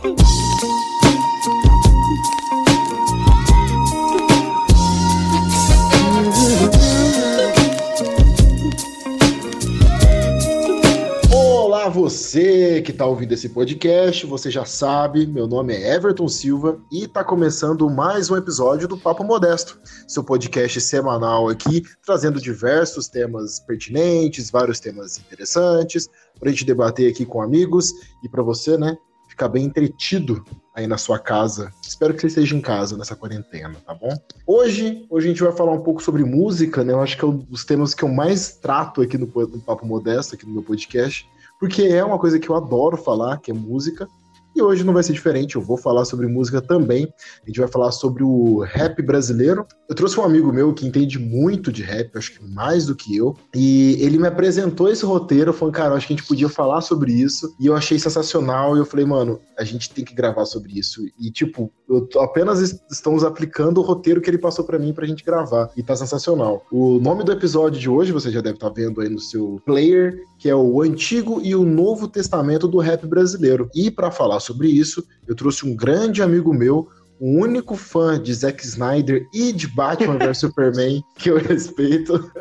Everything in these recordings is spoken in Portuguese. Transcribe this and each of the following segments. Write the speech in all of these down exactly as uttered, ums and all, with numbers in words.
Olá, você que está ouvindo esse podcast, você já sabe, meu nome é Everton Silva e está começando mais um episódio do Papo Modesto, seu podcast semanal aqui, trazendo diversos temas pertinentes, vários temas interessantes, para a gente debater aqui com amigos e para você, né, ficar bem entretido aí na sua casa. Espero que você esteja em casa nessa quarentena, tá bom? Hoje, hoje a gente vai falar um pouco sobre música, né? Eu acho que é um dos temas que eu mais trato aqui no, no Papo Modesto, aqui no meu podcast, porque é uma coisa que eu adoro falar, que é música, e hoje não vai ser diferente, eu vou falar sobre música também. A gente vai falar sobre o rap brasileiro. Eu trouxe um amigo meu que entende muito de rap, acho que mais do que eu, e ele me apresentou esse roteiro, falando, cara, acho que a gente podia falar sobre isso, e eu achei sensacional, e eu falei, mano, a gente tem que gravar sobre isso, e tipo, eu tô, apenas estamos aplicando o roteiro que ele passou pra mim pra gente gravar, e tá sensacional. O nome do episódio de hoje, você já deve estar vendo aí no seu player, que é o Antigo e o Novo Testamento do rap brasileiro. E para falar sobre isso, eu trouxe um grande amigo meu, o único fã de Zack Snyder e de Batman versus Superman que eu respeito,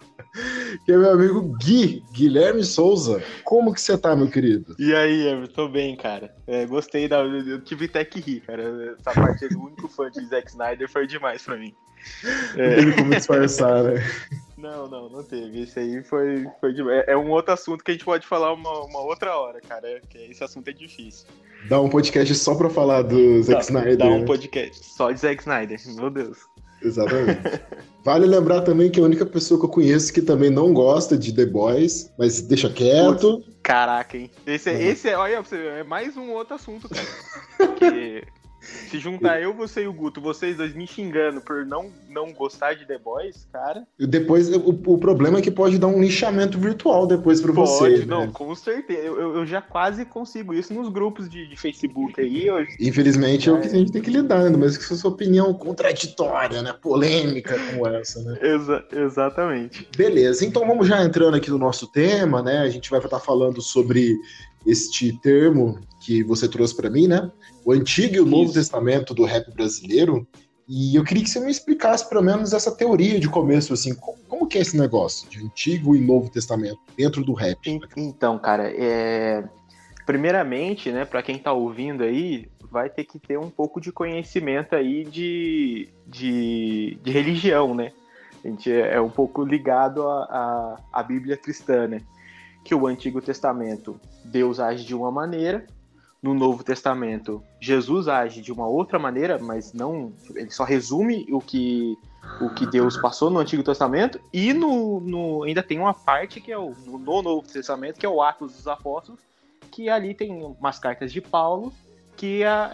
que é meu amigo Gui, Guilherme Souza. Como que você tá, meu querido? E aí, eu tô bem, cara. É, gostei da... Eu tive até que rir, cara. Essa parte do único fã de Zack Snyder foi demais pra mim. É... Não teve como disfarçar, né? Não, não, não teve. Esse aí foi, foi demais. É um outro assunto que a gente pode falar uma, uma outra hora, cara. Que esse assunto é difícil. Dá um podcast só pra falar do Zack dá, Snyder. Dá um né? podcast só de Zack Snyder, meu Deus. Exatamente. Vale lembrar também que a única pessoa que eu conheço que também não gosta de The Boys, mas deixa quieto. Putz, caraca, hein? Esse é, esse é, olha, é mais um outro assunto, cara. Porque se juntar eu, você e o Guto, vocês dois me xingando por não, não gostar de The Boys, cara... Depois, o, o problema é que pode dar um lixamento virtual depois pra pode, você. Pode, não, né? Com certeza. Eu, eu, eu já quase consigo isso nos grupos de, de Facebook aí. Eu... Infelizmente é o que a gente tem que lidar, né? Mas que sua opinião contraditória, né? Polêmica como essa, né? Exa- exatamente. Beleza, então vamos já entrando aqui no nosso tema, né? A gente vai estar falando sobre este termo que você trouxe para mim, né? O Antigo e o Novo Isso. Testamento do rap brasileiro. E eu queria que você me explicasse pelo menos essa teoria de começo, assim, como, como que é esse negócio de Antigo e Novo Testamento dentro do rap? Então, cara, é... primeiramente, né, para quem tá ouvindo aí, vai ter que ter um pouco de conhecimento aí de, de, de religião, né? A gente é um pouco ligado à, à, à Bíblia cristã, né? Que o Antigo Testamento, Deus age de uma maneira, no Novo Testamento, Jesus age de uma outra maneira, mas não, ele só resume o que, o que Deus passou no Antigo Testamento, e no, no, ainda tem uma parte que é o, no Novo Testamento, que é o Atos dos Apóstolos, que ali tem umas cartas de Paulo, que a,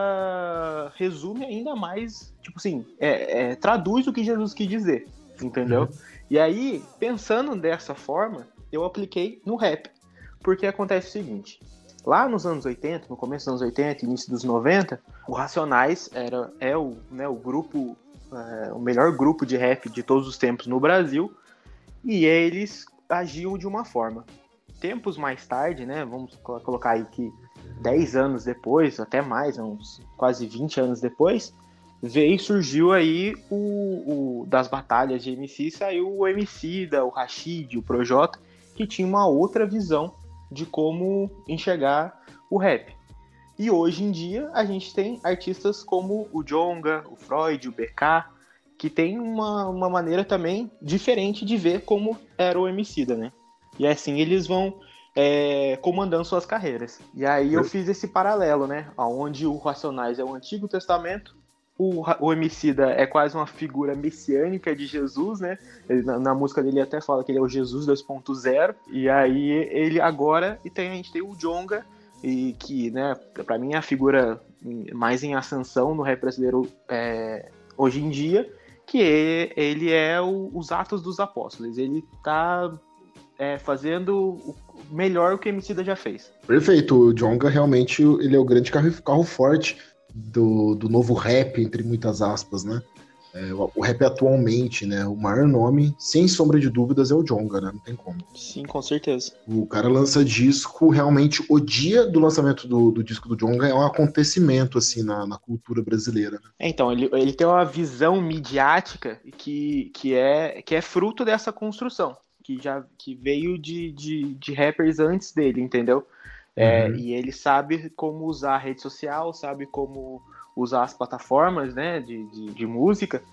ela resume ainda mais, tipo assim, é, é, traduz o que Jesus quis dizer, entendeu? Uhum. E aí, pensando dessa forma, eu apliquei no rap, porque acontece o seguinte... Lá nos anos oitenta, no começo dos anos oitenta, início dos noventa, o Racionais era, é o, né, o grupo, é, o melhor grupo de rap de todos os tempos no Brasil, e eles agiam de uma forma. Tempos mais tarde, né, vamos colocar aí que dez anos depois, até mais, uns quase vinte anos depois, veio e surgiu aí o, o das batalhas de M C, saiu o Emicida, o Rashid, o Projota, que tinha uma outra visão de como enxergar o rap. E hoje em dia a gente tem artistas como o Djonga, o Freud, o B K, que tem uma, uma maneira também diferente de ver como era o Emicida, né? E assim eles vão é, comandando suas carreiras. E aí eu fiz esse paralelo, né? Onde o Racionais é o Antigo Testamento, o, o Emicida é quase uma figura messiânica de Jesus, né? Ele, na, na música dele até fala que ele é o Jesus dois ponto zero. E aí ele agora, e tem, a gente tem o Djonga, e que, né, pra mim é a figura mais em ascensão no rap brasileiro é, hoje em dia, que é, ele é o, os Atos dos Apóstolos. Ele tá é, fazendo o melhor que o Emicida já fez. Perfeito, o Djonga realmente ele é o grande carro, carro forte do, do novo rap, entre muitas aspas, né? É, o, o rap atualmente, né? O maior nome, sem sombra de dúvidas, é o Djonga, né? Não tem como. Sim, com certeza. O cara lança disco, realmente, o dia do lançamento do, do disco do Djonga é um acontecimento, assim, na, na cultura brasileira, né? É, então, ele, ele tem uma visão midiática que, que, é, que é fruto dessa construção, que já que veio de, de, de rappers antes dele, entendeu? É, Uhum. e ele sabe como usar a rede social, sabe como usar as plataformas, né, de, de, de música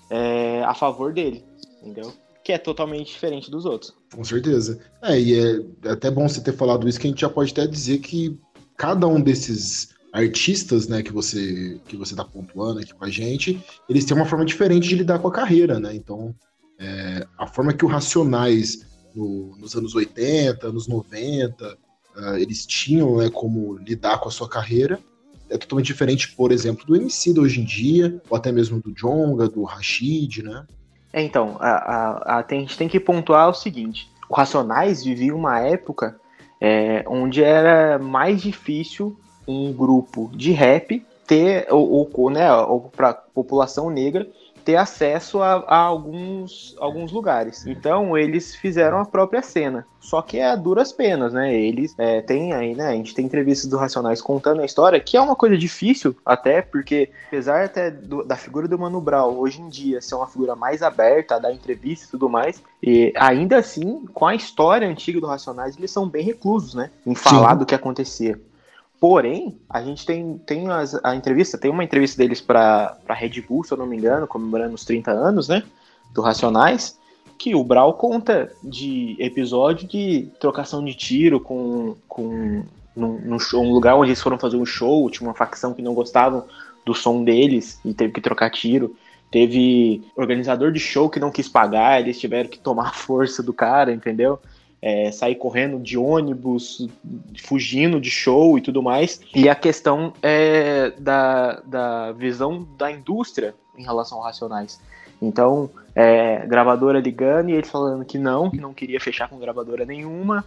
é, a favor dele, entendeu? Que é totalmente diferente dos outros. Com certeza. É, e é até bom você ter falado isso, que a gente já pode até dizer que cada um desses artistas, né, que você que você tá pontuando aqui com a gente, eles têm uma forma diferente de lidar com a carreira, né? Então, é, a forma que o Racionais no- nos anos oitenta, anos noventa, ah, eles tinham, né, como lidar com a sua carreira é totalmente diferente, por exemplo, do Emicida hoje em dia, ou até mesmo do Djonga, do Rashid, né? É, então, a, a, a, tem- a gente tem que pontuar o seguinte: o Racionais vivia uma época é, onde era mais difícil um grupo de rap ter, ou, ou, né, ou para a população negra, ter acesso a, a alguns, alguns lugares. Então, eles fizeram a própria cena. Só que é a duras penas, né? Eles é, tem aí, né? A gente tem entrevistas do Racionais contando a história, que é uma coisa difícil, até porque, apesar até do, da figura do Mano Brown hoje em dia ser uma figura mais aberta, a dar entrevista e tudo mais, e ainda assim, com a história antiga do Racionais, eles são bem reclusos, né? Em falar Sim. do que acontecia. Porém, a gente tem, tem as, a entrevista, tem uma entrevista deles para a Red Bull, se eu não me engano, comemorando os trinta anos, né, do Racionais, que o Brau conta de episódio de trocação de tiro com, com num, num show, um lugar onde eles foram fazer um show, tinha uma facção que não gostavam do som deles e teve que trocar tiro. Teve organizador de show que não quis pagar, eles tiveram que tomar a força do cara, entendeu? É, sair correndo de ônibus, fugindo de show e tudo mais. E a questão é da, da visão da indústria em relação ao Racionais. Então, é, gravadora ligando e ele falando que não, que não queria fechar com gravadora nenhuma.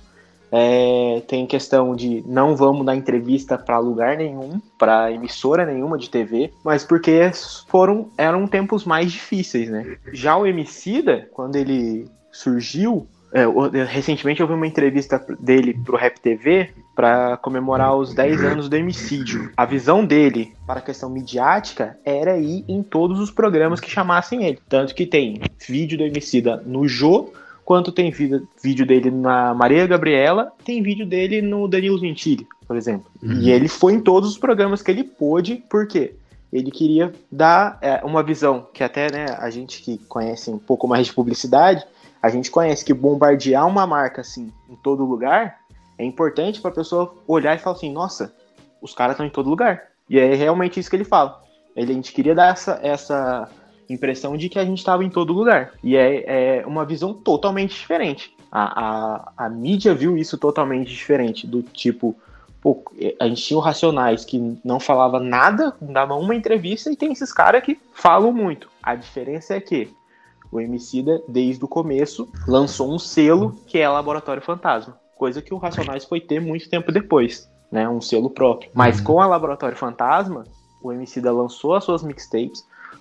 É, tem questão de não vamos dar entrevista para lugar nenhum, para emissora nenhuma de T V, mas porque foram eram tempos mais difíceis, né? Já o Emicida, quando ele surgiu, é, recentemente eu vi uma entrevista dele pro Rap T V para comemorar os dez anos do Emicídio. A visão dele para a questão midiática era ir em todos os programas que chamassem ele. Tanto que tem vídeo do Emicida no Jô, quanto tem vídeo, vídeo dele na Maria Gabriela, tem vídeo dele no Danilo Gentili, por exemplo. Uhum. E ele foi em todos os programas que ele pôde, por quê? Ele queria dar é, uma visão, que até né, a gente que conhece um pouco mais de publicidade, a gente conhece que bombardear uma marca assim em todo lugar é importante para a pessoa olhar e falar assim, nossa, os caras estão em todo lugar. E é realmente isso que ele fala. Ele, a gente queria dar essa, essa impressão de que a gente estava em todo lugar. E é, é uma visão totalmente diferente. A, a, a mídia viu isso totalmente diferente, do tipo, pô, a gente tinha o Racionais que não falava nada, não dava uma entrevista, e tem esses caras que falam muito. A diferença é que o Emicida, desde o começo, lançou um selo que é Laboratório Fantasma, coisa que o Racionais foi ter muito tempo depois, né, um selo próprio. Mas com a Laboratório Fantasma, o Emicida lançou as suas mixtapes,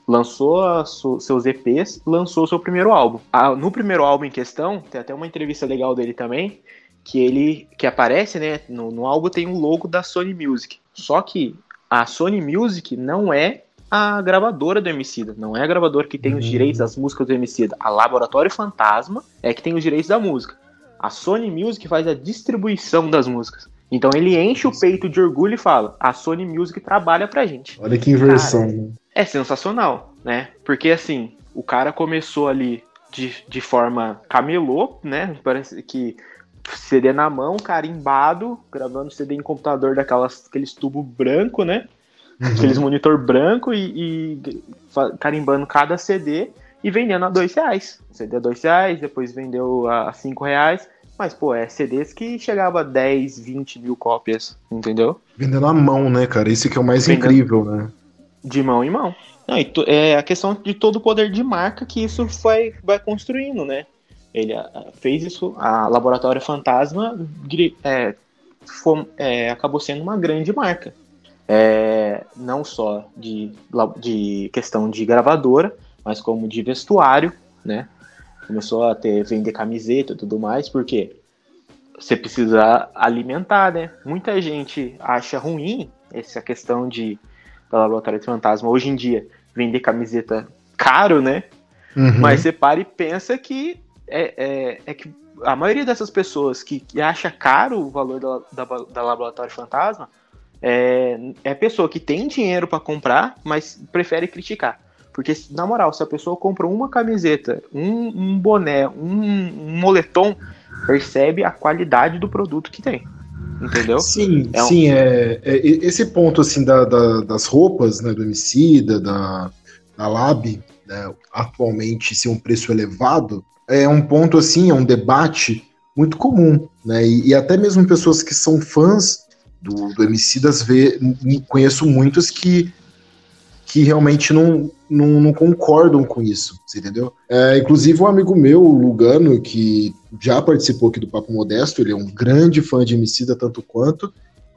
lançou su- seus E Ps, lançou seu primeiro álbum. Ah, no primeiro álbum em questão, tem até uma entrevista legal dele também, que ele que aparece, né, no, no álbum tem o logo da Sony Music. Só que a Sony Music não é a gravadora do Emicida, não é a gravadora que tem uhum. os direitos das músicas do Emicida. A Laboratório Fantasma é que tem os direitos da música. A Sony Music faz a distribuição das músicas. Então ele enche o peito de orgulho e fala, a Sony Music trabalha pra gente. Olha que inversão. Cara, né? É sensacional, né? Porque assim, o cara começou ali de, de forma camelô, né? Parece que C D na mão, carimbado, gravando C D em computador daquelas, aqueles tubos branco, né? Uhum. Aqueles monitor branco e, e carimbando cada C D e vendendo a dois reais. C D a dois reais, depois vendeu a cinco reais. Mas, pô, é C Ds que chegava a dez, vinte mil cópias, entendeu? Vendendo à mão, né, cara? Isso que é o mais vendendo incrível, né? De mão em mão. Não, e to, é a questão de todo o poder de marca que isso foi, vai construindo, né? Ele a, fez isso, a Laboratório Fantasma é, foi, é, acabou sendo uma grande marca. É, não só de, de questão de gravadora, mas como de vestuário, né? Começou a ter, vender camiseta e tudo mais, porque você precisa alimentar, né? Muita gente acha ruim essa questão de da Laboratório Fantasma hoje em dia vender camiseta caro, né? Uhum. Mas você para e pensa que é, é, é que a maioria dessas pessoas que, que acha caro o valor da, da, da Laboratório Fantasma é, é pessoa que tem dinheiro para comprar, mas prefere criticar. Porque, na moral, se a pessoa compra uma camiseta, um, um boné, um, um moletom, percebe a qualidade do produto que tem. Entendeu? Sim, é um... sim, é, é, esse ponto assim da, da, das roupas, né, do Emicida, da, da Lab, né, atualmente ser um preço elevado, é um ponto assim, é um debate muito comum, né, e, e até mesmo pessoas que são fãs do, do Emicidas, vê, conheço muitas que que realmente não, não, não concordam com isso, você entendeu? É, inclusive um amigo meu, o Lugano, que já participou aqui do Papo Modesto, ele é um grande fã de Emicida tanto quanto,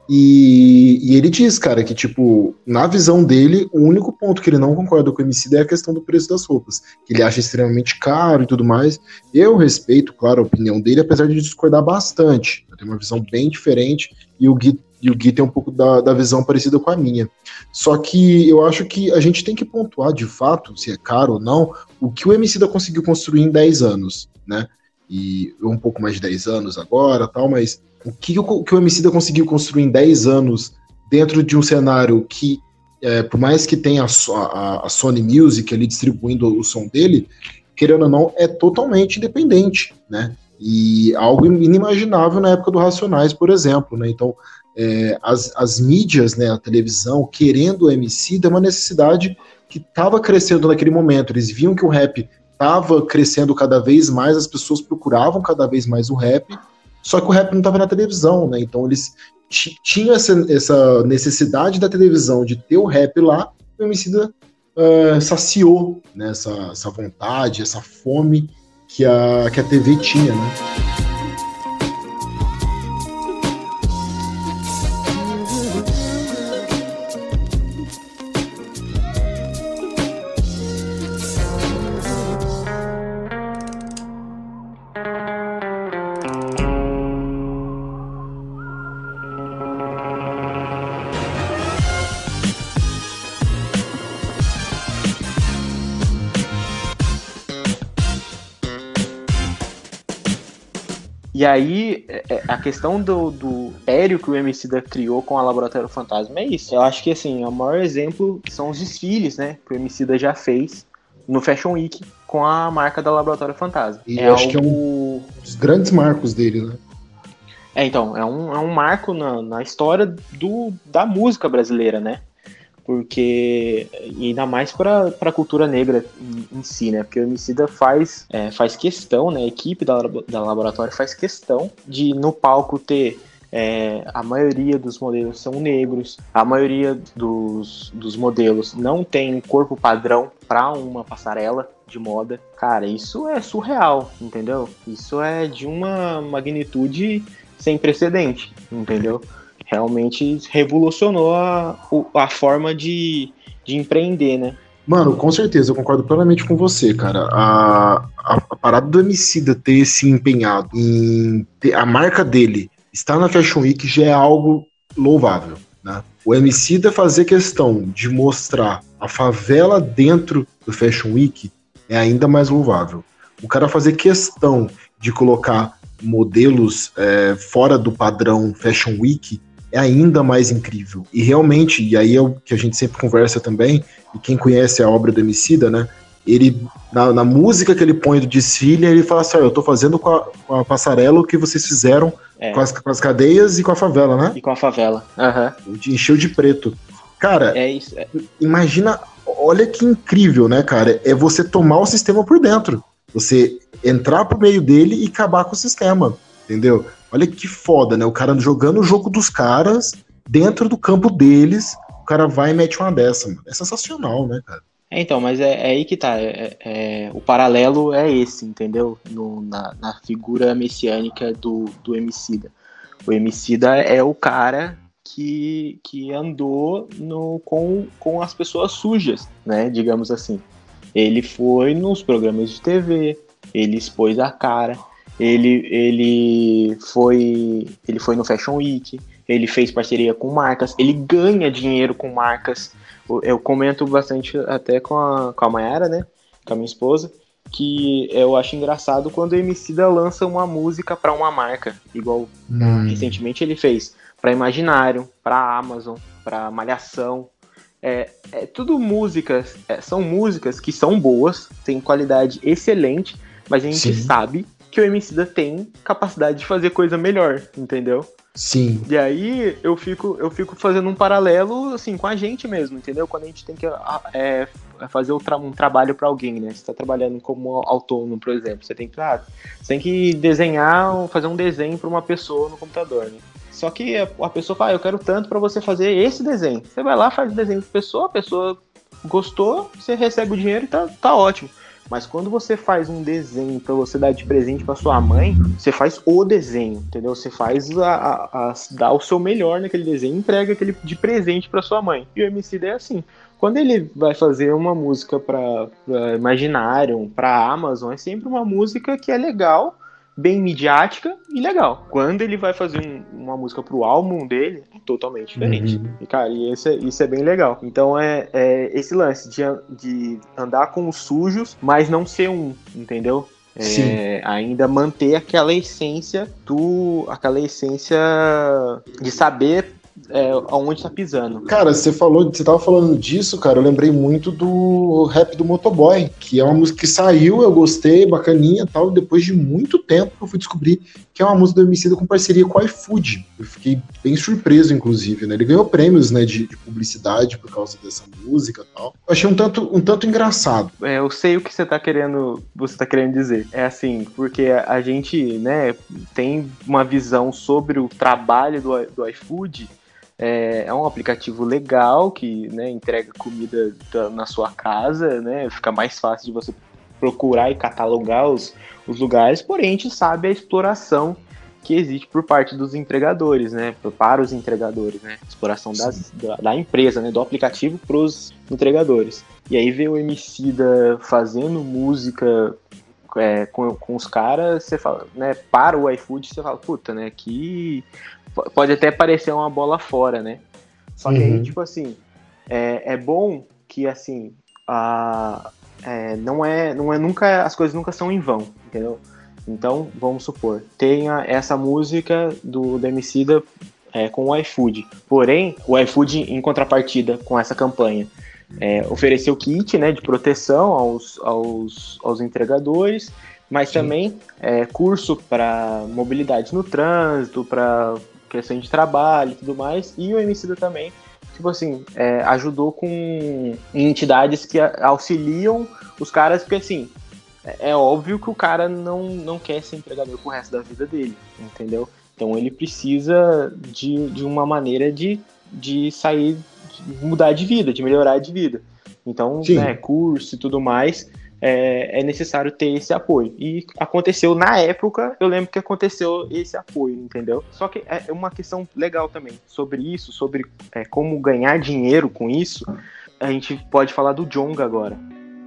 e, e ele diz, cara, que tipo, na visão dele, o único ponto que ele não concorda com o Emicida é a questão do preço das roupas, que ele acha extremamente caro e tudo mais. Eu respeito, claro, a opinião dele, apesar de discordar bastante. Eu tenho uma visão bem diferente, e o Gui E o Gui tem um pouco da, da visão parecida com a minha. Só que eu acho que a gente tem que pontuar, de fato, se é caro ou não, o que o Emicida conseguiu construir em dez anos, né? E um pouco mais de dez anos agora, tal, mas o que o, que o Emicida conseguiu construir em dez anos dentro de um cenário que, é, por mais que tenha a, a, a Sony Music ali distribuindo o som dele, querendo ou não, é totalmente independente, né? E algo inimaginável na época do Racionais, por exemplo, né? Então, É, as, as mídias, né, a televisão, querendo o Emicida, é uma necessidade que estava crescendo naquele momento. Eles viam que o rap estava crescendo cada vez mais, as pessoas procuravam cada vez mais o rap, só que o rap não estava na televisão, né? Então eles tinham essa, essa necessidade da televisão de ter o rap lá, e o Emicida uh, saciou, né, essa, essa vontade, essa fome que a, que a T V tinha, né? E aí, a questão do, do império que o Emicida criou com a Laboratório Fantasma é isso. Eu acho que, assim, o maior exemplo são os desfiles, né, que o Emicida já fez no Fashion Week com a marca da Laboratório Fantasma. E é acho algo... que é um dos grandes marcos dele, né? É, então, é um, é um marco na, na história do, da música brasileira, né? Porque, e ainda mais para a cultura negra em, em si, né? Porque o Emicida faz, é, faz questão, né? A equipe da, da Laboratório faz questão de no palco ter é, a maioria dos modelos são negros, a maioria dos, dos modelos não tem corpo padrão para uma passarela de moda. Cara, isso é surreal, entendeu? Isso é de uma magnitude sem precedente, entendeu? Realmente revolucionou a, a forma de, de empreender, né? Mano, com certeza, eu concordo plenamente com você, cara. A, a, a parada do Emicida ter se empenhado em ter a marca dele estar na Fashion Week já é algo louvável, né? O Emicida fazer questão de mostrar a favela dentro do Fashion Week é ainda mais louvável. O cara fazer questão de colocar modelos é, fora do padrão Fashion Week é ainda mais incrível. E realmente, e aí é o que a gente sempre conversa também, e quem conhece a obra do Emicida, né, ele, na, na música que ele põe do desfile, ele fala assim, ó, eu tô fazendo com a, com a passarela o que vocês fizeram é. com, as, com as cadeias e com a favela, né? E com a favela, aham. Uhum. Encheu de preto. Cara, é isso, é. Imagina, olha que incrível, né, cara, é você tomar o sistema por dentro. Você entrar pro meio dele e acabar com o sistema, entendeu? Olha que foda, né? O cara jogando o jogo dos caras dentro do campo deles, o cara vai e mete uma dessa, mano. É sensacional, né, cara? É, então, mas é, é aí que tá. É, é, o paralelo é esse, entendeu? No, na, na figura messiânica do, do Emicida. O Emicida é o cara que, que andou no, com, com as pessoas sujas, né? Digamos assim. Ele foi nos programas de T V, ele expôs a cara, ele, ele, foi, ele foi no Fashion Week, ele fez parceria com marcas, ele ganha dinheiro com marcas. Eu comento bastante até com a, com a Mayara, né, com a minha esposa, que eu acho engraçado quando o Emicida lança uma música para uma marca, igual hum. recentemente ele fez para Imaginário, para Amazon, para Malhação. É, é tudo músicas, é, são músicas que são boas, têm qualidade excelente, mas a gente Sim. sabe que o Emicida tem capacidade de fazer coisa melhor, entendeu? Sim. E aí eu fico, eu fico fazendo um paralelo assim, com a gente mesmo, entendeu? Quando a gente tem que é, fazer um, tra- um trabalho para alguém, né? Você está trabalhando como autônomo, por exemplo. Você tem que, ah, você tem que desenhar, fazer um desenho para uma pessoa no computador, né? Só que a pessoa fala, ah, eu quero tanto para você fazer esse desenho. Você vai lá, faz o desenho para a pessoa, a pessoa gostou, você recebe o dinheiro e tá, tá ótimo. Mas quando você faz um desenho pra você dar de presente pra sua mãe, você faz o desenho, entendeu? Você faz a, a, a dá o seu melhor naquele desenho e entrega aquele de presente pra sua mãe. E o Emicida é assim. Quando ele vai fazer uma música pra, pra Imaginarium, pra Amazon, é sempre uma música que é legal, bem midiática e legal. Quando ele vai fazer um, uma música pro álbum dele, é totalmente diferente. Uhum. E, cara, e esse, isso é bem legal. Então é, é esse lance de, de andar com os sujos, mas não ser um, entendeu? É, ainda manter aquela essência do. aquela essência de saber é, aonde tá pisando. Cara, você falou, você tava falando disso, cara, eu lembrei muito do Rap do Motoboy, que é uma música que saiu, eu gostei, bacaninha e tal, depois de muito tempo eu fui descobrir que é uma música do Emicida com parceria com o iFood. Eu fiquei bem surpreso, inclusive, né? Ele ganhou prêmios, né, de, de publicidade por causa dessa música e tal. Eu achei um tanto, um tanto engraçado. É, eu sei o que você tá querendo, você tá querendo dizer. É assim, porque a gente, né, tem uma visão sobre o trabalho do, do iFood. É, é um aplicativo legal que, né, entrega comida da, na sua casa, né, fica mais fácil de você procurar e catalogar os, os lugares, porém a gente sabe a exploração que existe por parte dos entregadores, né, para os entregadores, né, exploração das, da, da empresa, né, do aplicativo para os entregadores. E aí ver o Emicida fazendo música é, com, com os caras, você fala, né, para o iFood, você fala, puta, né, que pode até parecer uma bola fora, né? Só que uhum. aí, tipo assim, é, é bom que, assim, a, é, não, é, não é nunca, as coisas nunca são em vão, entendeu? Então, vamos supor, tenha essa música do, do Emicida é, com o iFood. Porém, o iFood, em contrapartida com essa campanha, é, ofereceu kit, né, de proteção aos, aos, aos entregadores, mas Sim. também é, curso para mobilidade no trânsito, para questão de trabalho e tudo mais, e o Emicida também, tipo assim, é, ajudou com entidades que auxiliam os caras, porque assim, é, é óbvio que o cara não, não quer ser empregador pro resto da vida dele, entendeu? Então ele precisa de, de uma maneira de, de sair, de mudar de vida, de melhorar de vida. Então, né, curso e tudo mais, É, é necessário ter esse apoio. E aconteceu na época, eu lembro que aconteceu esse apoio, entendeu? Só que é uma questão legal também sobre isso, sobre é, como ganhar dinheiro com isso. A gente pode falar do Djonga agora.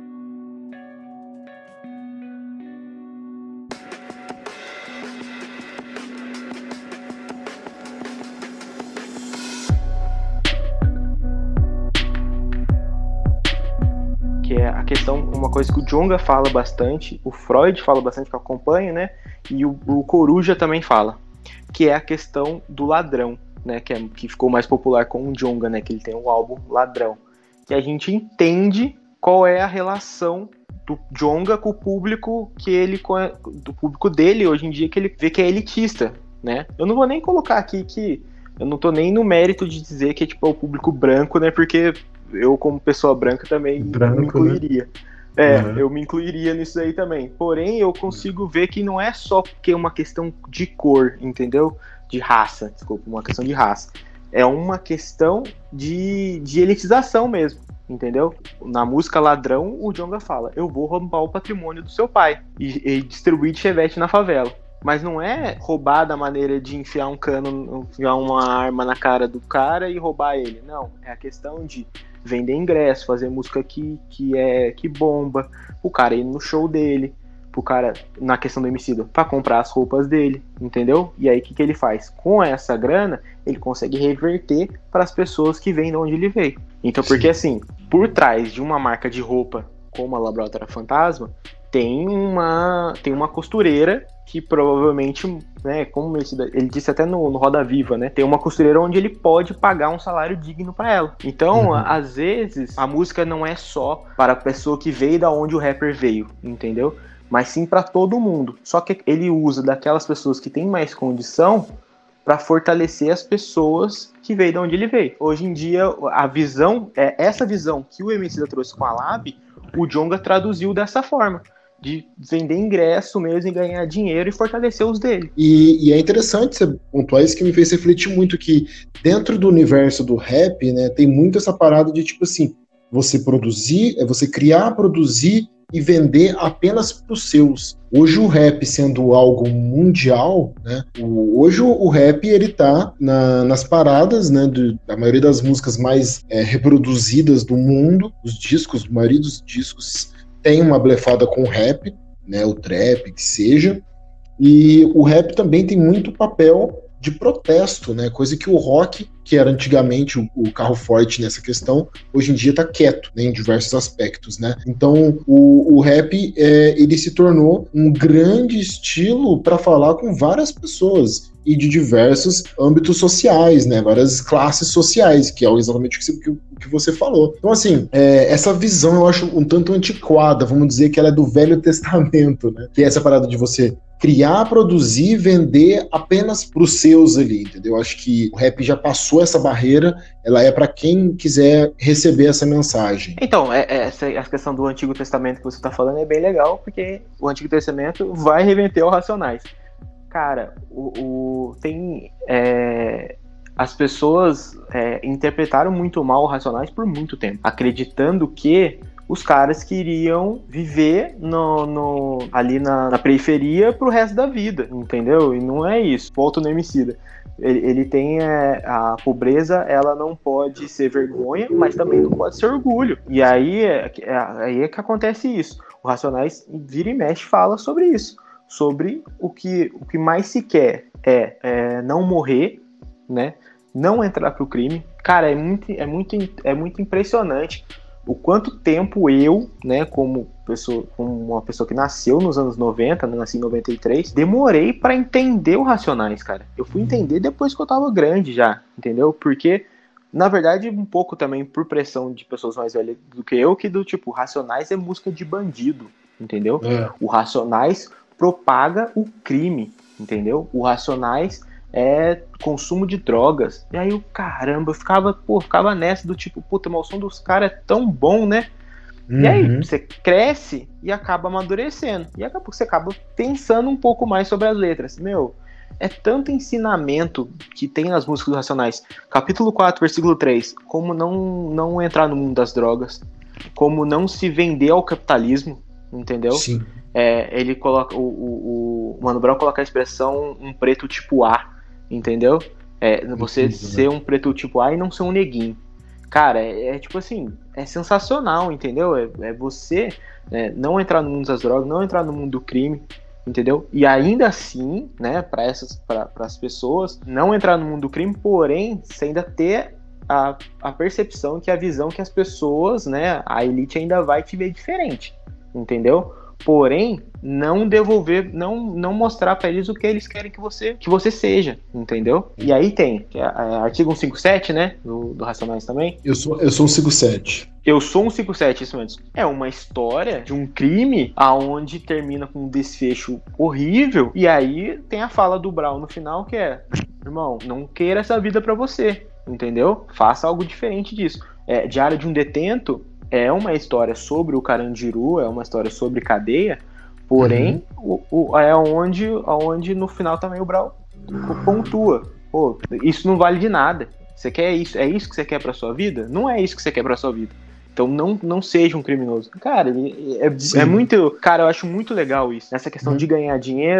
Que é a questão, uma coisa que o Djonga fala bastante, o Freud fala bastante, que eu acompanho, né? E o, o Coruja também fala, que é a questão do ladrão, né? Que, é, que ficou mais popular com o Djonga, né? Que ele tem o álbum Ladrão. Que a gente entende qual é a relação do Djonga com o público que ele, do público dele hoje em dia, que ele vê que é elitista, né? Eu não vou nem colocar aqui que eu não tô nem no mérito de dizer que é tipo é o público branco, né? Porque eu, como pessoa branca, também branco, me incluiria. Né? É, uhum. eu me incluiria nisso aí também. Porém, eu consigo ver que não é só porque é uma questão de cor, entendeu? De raça, desculpa, uma questão de raça. É uma questão de, de elitização mesmo, entendeu? Na música Ladrão, o Djonga fala, eu vou roubar o patrimônio do seu pai e, e distribuir de chevette na favela. Mas não é roubar da maneira de enfiar um cano, enfiar uma arma na cara do cara e roubar ele. Não, é a questão de vender ingresso, fazer música que, que, é, que bomba, o cara ir no show dele, pro cara, na questão do Emicida, pra comprar as roupas dele, entendeu? E aí o que, que ele faz? Com essa grana, ele consegue reverter para as pessoas que vêm de onde ele veio. Então, porque assim, por trás de uma marca de roupa como a Laboratória Fantasma, tem uma, tem uma costureira que provavelmente, né, como ele, ele disse até no, no Roda Viva, né, tem uma costureira onde ele pode pagar um salário digno para ela. Então, uhum. às vezes, a música não é só para a pessoa que veio da onde o rapper veio, entendeu? Mas sim para todo mundo. Só que ele usa daquelas pessoas que têm mais condição para fortalecer as pessoas que veio de onde ele veio. Hoje em dia, a visão, é essa visão que o Emicida trouxe com a Lab, o Djonga traduziu dessa forma, de vender ingresso mesmo e ganhar dinheiro e fortalecer os dele. E, e é interessante você pontuar isso, que me fez refletir muito que dentro do universo do rap, né, tem muito essa parada de tipo assim, você produzir, é você criar, produzir e vender apenas para os seus. Hoje o rap sendo algo mundial, né? O, hoje o, o rap ele tá na, nas paradas, né? Do, da maioria das músicas mais é, reproduzidas do mundo, os discos, a maioria dos discos tem uma blefada com o rap, né? O trap, que seja. E o rap também tem muito papel de protesto, né? Coisa que o rock, que era antigamente o, o carro forte nessa questão, hoje em dia tá quieto, né? Em diversos aspectos, né? Então o, o rap é, ele se tornou um grande estilo para falar com várias pessoas e de diversos âmbitos sociais, né? Várias classes sociais, que é exatamente o que, o que você falou. Então, assim, é, essa visão eu acho um tanto antiquada, vamos dizer que ela é do Velho Testamento, né? Que é essa parada de você criar, produzir, vender apenas para os seus ali, entendeu? Acho que o rap já passou essa barreira, ela é para quem quiser receber essa mensagem. Então, é, é, essa a questão do Antigo Testamento que você está falando é bem legal, porque o Antigo Testamento vai reverter aos Racionais. Cara, o, o tem é, as pessoas é, interpretaram muito mal os Racionais por muito tempo, acreditando que os caras queriam viver no, no, ali na, na periferia pro resto da vida, entendeu? E não é isso. Volto no Emicida. Ele, ele tem é, a pobreza, ela não pode ser vergonha, mas também não pode ser orgulho. E aí é, é, aí é que acontece isso. O Racionais vira e mexe fala sobre isso. Sobre o que, o que mais se quer é, é não morrer, né? Não entrar pro crime. Cara, é muito, é muito, é muito impressionante o quanto tempo eu, né, como, pessoa, como uma pessoa que nasceu nos anos noventa, né, nasci em noventa e três, demorei pra entender o Racionais, cara. Eu fui entender depois que eu tava grande já, entendeu? Porque, na verdade, um pouco também por pressão de pessoas mais velhas do que eu, que do tipo, Racionais é música de bandido, entendeu? É. O Racionais propaga o crime, entendeu? O Racionais é consumo de drogas. E aí o caramba, eu ficava, pô, ficava nessa do tipo, puta, mas o som dos caras é tão bom, né? Uhum. E aí você cresce e acaba amadurecendo. E acaba você acaba pensando um pouco mais sobre as letras. Meu, é tanto ensinamento que tem nas músicas dos Racionais. Capítulo quatro, versículo três. Como não, não entrar no mundo das drogas. Como não se vender ao capitalismo. Entendeu? Sim. É, ele coloca, o, o, o Mano Brown coloca a expressão um preto tipo A, entendeu? É, você Entendi, ser né? um preto tipo A e não ser um neguinho. Cara, é, é tipo assim, é sensacional, entendeu? É, é você né, não entrar no mundo das drogas, não entrar no mundo do crime, entendeu? E ainda assim, né, para essas, para as pessoas, não entrar no mundo do crime, porém, você ainda ter a, a percepção que a visão que as pessoas, né, a elite ainda vai te ver diferente, entendeu? Porém, não devolver, não, não mostrar pra eles o que eles querem que você, que você seja, entendeu? E aí tem, que é, é, artigo cento e cinquenta e sete, né, do, do Racionais também. Eu sou, eu sou um cinquenta e sete. Eu sou um cinquenta e sete, isso mesmo. É uma história de um crime aonde termina com um desfecho horrível, e aí tem a fala do Brown no final que é, irmão, não queira essa vida pra você, entendeu? Faça algo diferente disso. É, Diário de um Detento é uma história sobre o Carandiru, é uma história sobre cadeia, porém, uhum. o, o, é onde, onde no final também o Brau pontua. Pô, isso não vale de nada. Você quer isso? É isso que você quer pra sua vida? Não é isso que você quer pra sua vida. Então não, não seja um criminoso. Cara, é, é muito... Cara, eu acho muito legal isso. Nessa questão uhum. de ganhar dinheiro,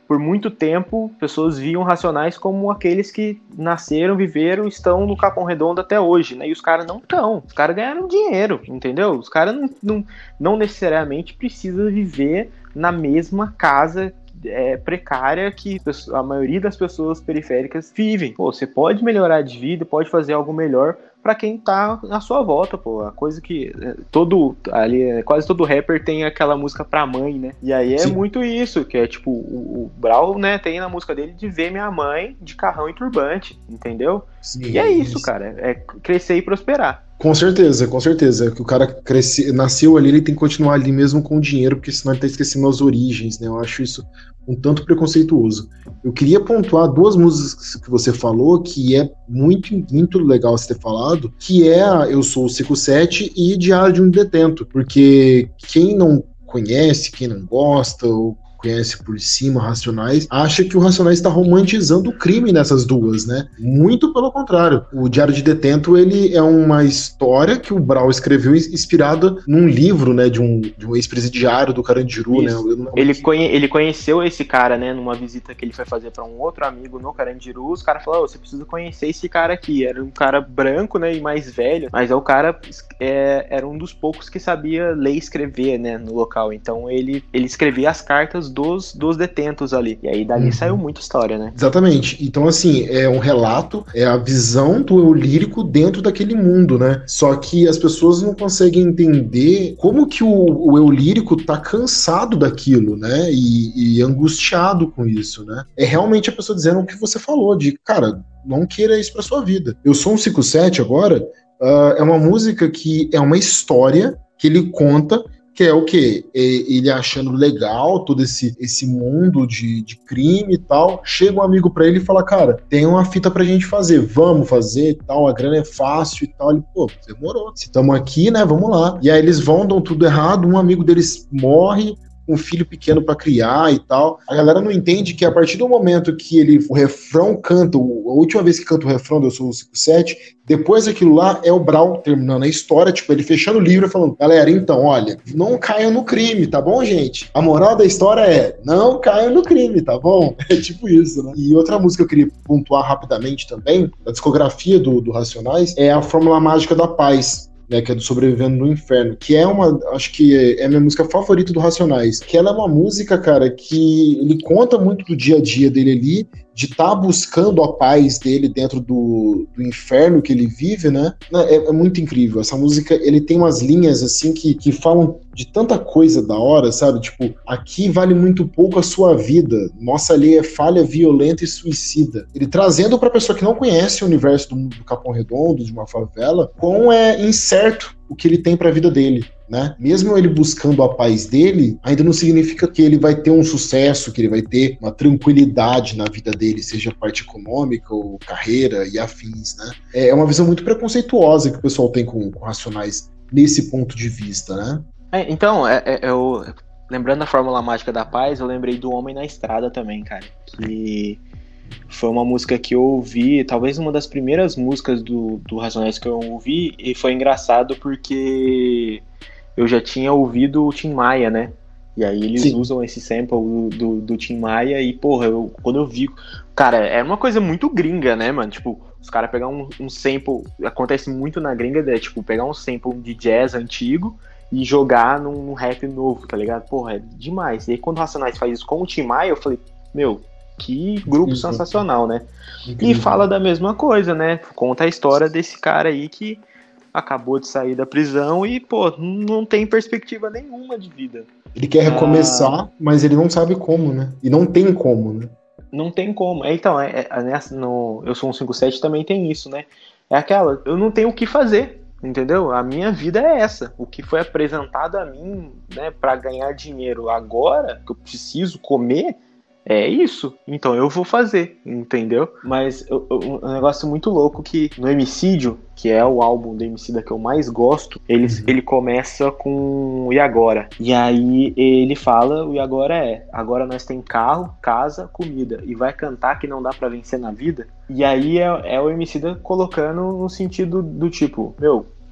por muito tempo, pessoas viam Racionais como aqueles que nasceram, viveram, estão no Capão Redondo até hoje, né? E os caras não estão. Os caras ganharam dinheiro, entendeu? Os caras não, não, não necessariamente precisam viver na mesma casa É, precária que a maioria das pessoas periféricas vivem. Pô, você pode melhorar de vida, pode fazer algo melhor pra quem tá na sua volta, pô. A coisa que todo ali, quase todo rapper tem aquela música pra mãe, né? E aí é Sim. muito isso, que é tipo, o, o Brau, né, tem na música dele de ver minha mãe de carrão e turbante, entendeu? Sim, e é isso, isso, cara, é crescer e prosperar. Com certeza, com certeza. Que o cara cresce, nasceu ali, ele tem que continuar ali mesmo com o dinheiro, porque senão ele tá esquecendo as origens, né? Eu acho isso um tanto preconceituoso. Eu queria pontuar duas músicas que você falou, que é muito, muito legal você ter falado, que é a Eu Sou o Cico sete e Diário de um Detento, porque quem não conhece, quem não gosta, ou conhece por cima Racionais, acha que o Racionais está romantizando o crime nessas duas, né? Muito pelo contrário. O Diário de Detento, ele é uma história que o Brau escreveu inspirada num livro, né, de um, de um ex-presidiário do Carandiru, né? Ele, conhe, ele conheceu esse cara, né, numa visita que ele foi fazer para um outro amigo no Carandiru. Os caras falaram, oh, você precisa conhecer esse cara aqui. Era um cara branco, né, e mais velho, mas é o cara é, era um dos poucos que sabia ler e escrever, né, no local. Então ele, ele escrevia as cartas Dos, dos detentos ali. E aí dali uhum. saiu muita história, né? Exatamente. Então, assim, é um relato, é a visão do eu lírico dentro daquele mundo, né? Só que as pessoas não conseguem entender como que o, o eu lírico tá cansado daquilo, né? E, e angustiado com isso, né? É realmente a pessoa dizendo o que você falou, de, cara, não queira isso pra sua vida. Eu Sou um Cico sete agora, uh, é uma música que é uma história que ele conta, que é o quê? Ele achando legal todo esse, esse mundo de, de crime e tal. Chega um amigo pra ele e fala, cara, tem uma fita pra gente fazer, vamos fazer e tal, a grana é fácil e tal. Ele, pô, demorou. Se estamos aqui, né, vamos lá. E aí eles vão, dão tudo errado, um amigo deles morre, um filho pequeno pra criar e tal. A galera não entende que a partir do momento que ele, o refrão canta, a última vez que canta o refrão do Eu Sou o Cico sete, depois daquilo lá é o Brau terminando a história, tipo, ele fechando o livro e falando, galera, então, olha, não caiam no crime, tá bom, gente? A moral da história é, não caiam no crime, tá bom? É tipo isso, né? E outra música que eu queria pontuar rapidamente também, da discografia do, do Racionais, é a Fórmula Mágica da Paz, né, que é do Sobrevivendo no Inferno, que é uma, acho que é a minha música favorita do Racionais, que ela é uma música, cara, que ele conta muito do dia a dia dele ali, de estar tá buscando a paz dele dentro do, do inferno que ele vive, né? É, é muito incrível. Essa música, ele tem umas linhas, assim, que, que falam de tanta coisa da hora, sabe? Tipo, aqui vale muito pouco a sua vida. Nossa lei é falha, violenta e suicida. Ele trazendo pra pessoa que não conhece o universo do, do Capão Redondo, de uma favela, quão é incerto o que ele tem pra vida dele, né? Mesmo ele buscando a paz dele, ainda não significa que ele vai ter um sucesso, que ele vai ter uma tranquilidade na vida dele, seja parte econômica ou carreira e afins, né? É uma visão muito preconceituosa que o pessoal tem com, com Racionais nesse ponto de vista, né? É, então, é, é, eu, lembrando da Fórmula Mágica da Paz, eu lembrei do Homem na Estrada também, cara, que foi uma música que eu ouvi, talvez uma das primeiras músicas do, do Racionais que eu ouvi, e foi engraçado porque eu já tinha ouvido o Tim Maia, né? E aí eles Sim. usam esse sample do, do, do Tim Maia e, porra, eu, quando eu vi... Cara, é uma coisa muito gringa, né, mano? Tipo, os caras pegam um, um sample... Acontece muito na gringa, é tipo, pegar um sample de jazz antigo e jogar num, num rap novo, tá ligado? Porra, é demais. E aí quando o Racionais faz isso com o Tim Maia, eu falei, meu... Que grupo Incrível. sensacional, né? Incrível. E fala da mesma coisa, né? Conta a história desse cara aí que acabou de sair da prisão e, pô, não tem perspectiva nenhuma de vida. Ele quer recomeçar, ah, mas ele não sabe como, né? E não tem como, né? Não tem como. É, então, é, é, nessa, no Eu Sou um cinco sete também tem isso, né? É aquela, eu não tenho o que fazer, entendeu? A minha vida é essa. O que foi apresentado a mim, né, pra ganhar dinheiro agora, que eu preciso comer, é isso, então eu vou fazer, entendeu? Mas eu, eu, um negócio muito louco que no Emicídio, que é o álbum do Emicida que eu mais gosto, ele, uhum. ele começa com E Agora? E aí ele fala, o E Agora é, agora nós tem carro, casa, comida, e vai cantar que não dá pra vencer na vida? E aí é, é o Emicida colocando no sentido do tipo, meu,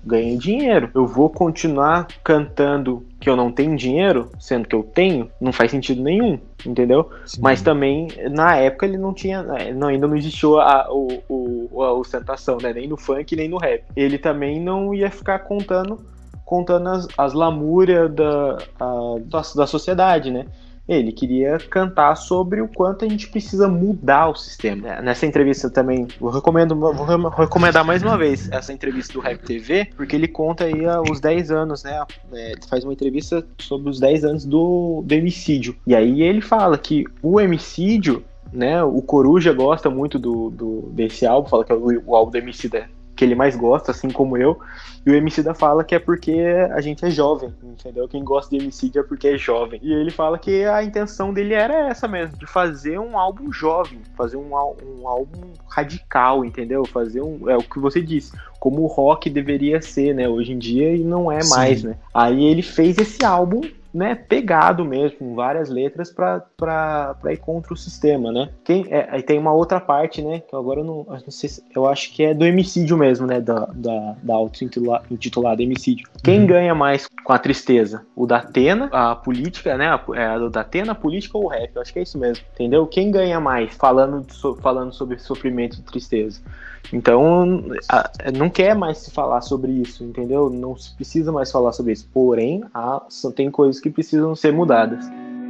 ganhei dinheiro. Eu vou continuar cantando que eu não tenho dinheiro, sendo que eu tenho, não faz sentido nenhum, entendeu? Sim. Mas também, na época, ele não tinha, não, ainda não existiu a, o, o, a ostentação, né? Nem no funk, nem no rap. Ele também não ia ficar contando, contando as, as lamúrias da, a, da sociedade, né? Ele queria cantar sobre o quanto a gente precisa mudar o sistema. Nessa entrevista também, eu recomendo, vou recomendar mais uma vez essa entrevista do Rap T V, porque ele conta aí os dez anos, né? Ele faz uma entrevista sobre os dez anos do, do Emicídio. E aí ele fala que o Emicídio, né? O Coruja gosta muito do, do, desse álbum, fala que é o, o álbum do Emicida que ele mais gosta, assim como eu, e o Emicida fala que é porque a gente é jovem, entendeu? Quem gosta de Emicida é porque é jovem. E ele fala que a intenção dele era essa mesmo, de fazer um álbum jovem, fazer um, um álbum radical, entendeu? Fazer um, é o que você disse, como o rock deveria ser, né, hoje em dia, e não é Sim. mais, né? Aí ele fez esse álbum, né, pegado mesmo, com várias letras pra, pra, pra ir contra o sistema, né? Quem, é, aí tem uma outra parte, né, que agora eu não, não sei se, eu acho que é do Emicídio mesmo, né, da, da, da auto-intitulada Emicídio. Quem uhum. ganha mais com a tristeza? O da Atena, a política, né, a, é, a da Atena, a política ou o rap? Eu acho que é isso mesmo, entendeu? Quem ganha mais falando, so, falando sobre sofrimento e tristeza? Então, a, não quer mais se falar sobre isso, entendeu? Não se precisa mais falar sobre isso. Porém, há, tem coisas que precisam ser mudadas.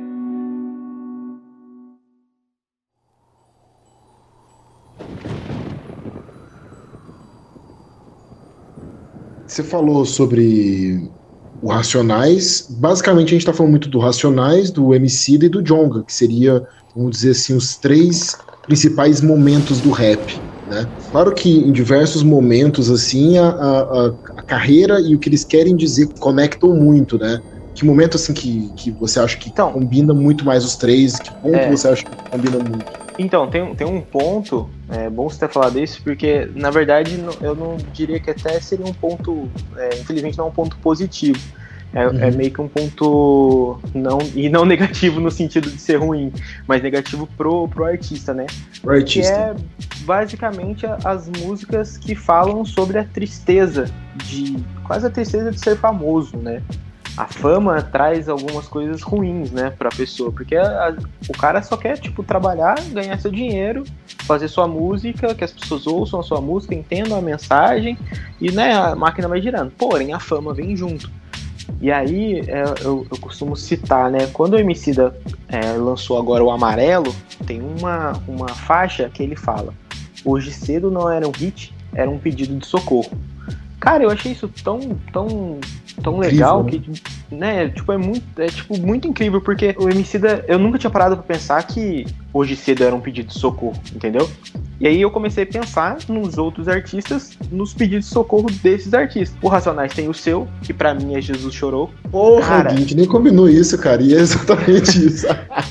Você falou sobre o Racionais. Basicamente, a gente está falando muito do Racionais, do Emicida e do Djonga, que seria, vamos dizer assim, os três principais momentos do rap. Né? Claro que em diversos momentos assim a, a, a carreira e o que eles querem dizer conectam muito, né? Que momento assim que, que você acha que então, combina muito mais os três? Que ponto é, você acha que combina muito? Então, tem, tem um ponto, é bom você ter falado isso, porque na verdade eu não diria que até seria um ponto, é, infelizmente não é um ponto positivo. É, uhum. é meio que um ponto não, e não negativo no sentido de ser ruim, mas negativo pro, pro artista, né? Pro artista. Que é basicamente as músicas que falam sobre a tristeza, de quase a tristeza de ser famoso, né? A fama traz algumas coisas ruins, né, pra pessoa, porque a, a, o cara só quer, tipo, trabalhar, ganhar seu dinheiro, fazer sua música, que as pessoas ouçam a sua música, entendam a mensagem e, né, a máquina vai girando. Porém, a fama vem junto. E aí, é, eu, eu costumo citar, né, quando o Emicida é, lançou agora o Amarelo, tem uma, uma faixa que ele fala: hoje cedo não era um hit, era um pedido de socorro. Cara, eu achei isso tão, tão, tão legal incrível, que, né, tipo, é muito, é, tipo, muito incrível, porque o Emicida, eu nunca tinha parado pra pensar que hoje cedo era um pedido de socorro, entendeu? E aí eu comecei a pensar nos outros artistas, nos pedidos de socorro desses artistas. O Racionais tem o seu, que pra mim é Jesus Chorou. Porra, cara, a gente nem combinou isso, cara, e é exatamente isso.